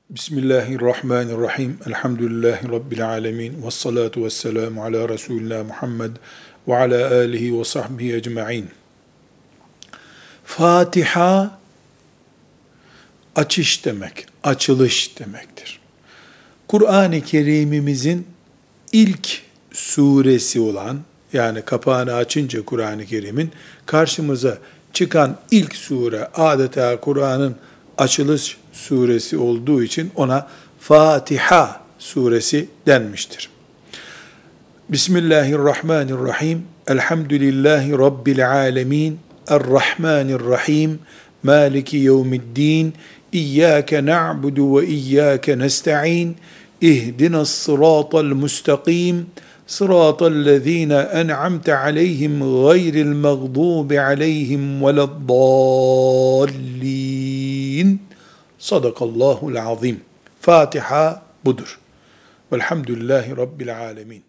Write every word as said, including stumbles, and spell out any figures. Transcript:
Bismillahirrahmanirrahim. Elhamdülillahi Rabbil alemin. Ve salatu ve selamu ala Resulina Muhammed ve ala alihi ve sahbihi ecma'in. Fatiha, açış demek, açılış demektir. Kur'an-ı Kerim'imizin ilk suresi olan, yani kapağını açınca Kur'an-ı Kerim'in karşımıza çıkan ilk sure, adeta Kur'an'ın açılış suresi olduğu için ona Fatiha suresi denmiştir. Bismillahirrahmanirrahim. Elhamdülillahi Rabbil alemin. Errahmanirrahim. Maliki yevmiddin. İyyâke na'budu ve iyyâke nesta'in. İhdinas sıratal müstakim. Sıratallezîne en'amte aleyhim gayril mağdubi aleyhim veleddallin. Sadakallahul azim. Fatiha budur. Velhamdülillahi Rabbil alemin.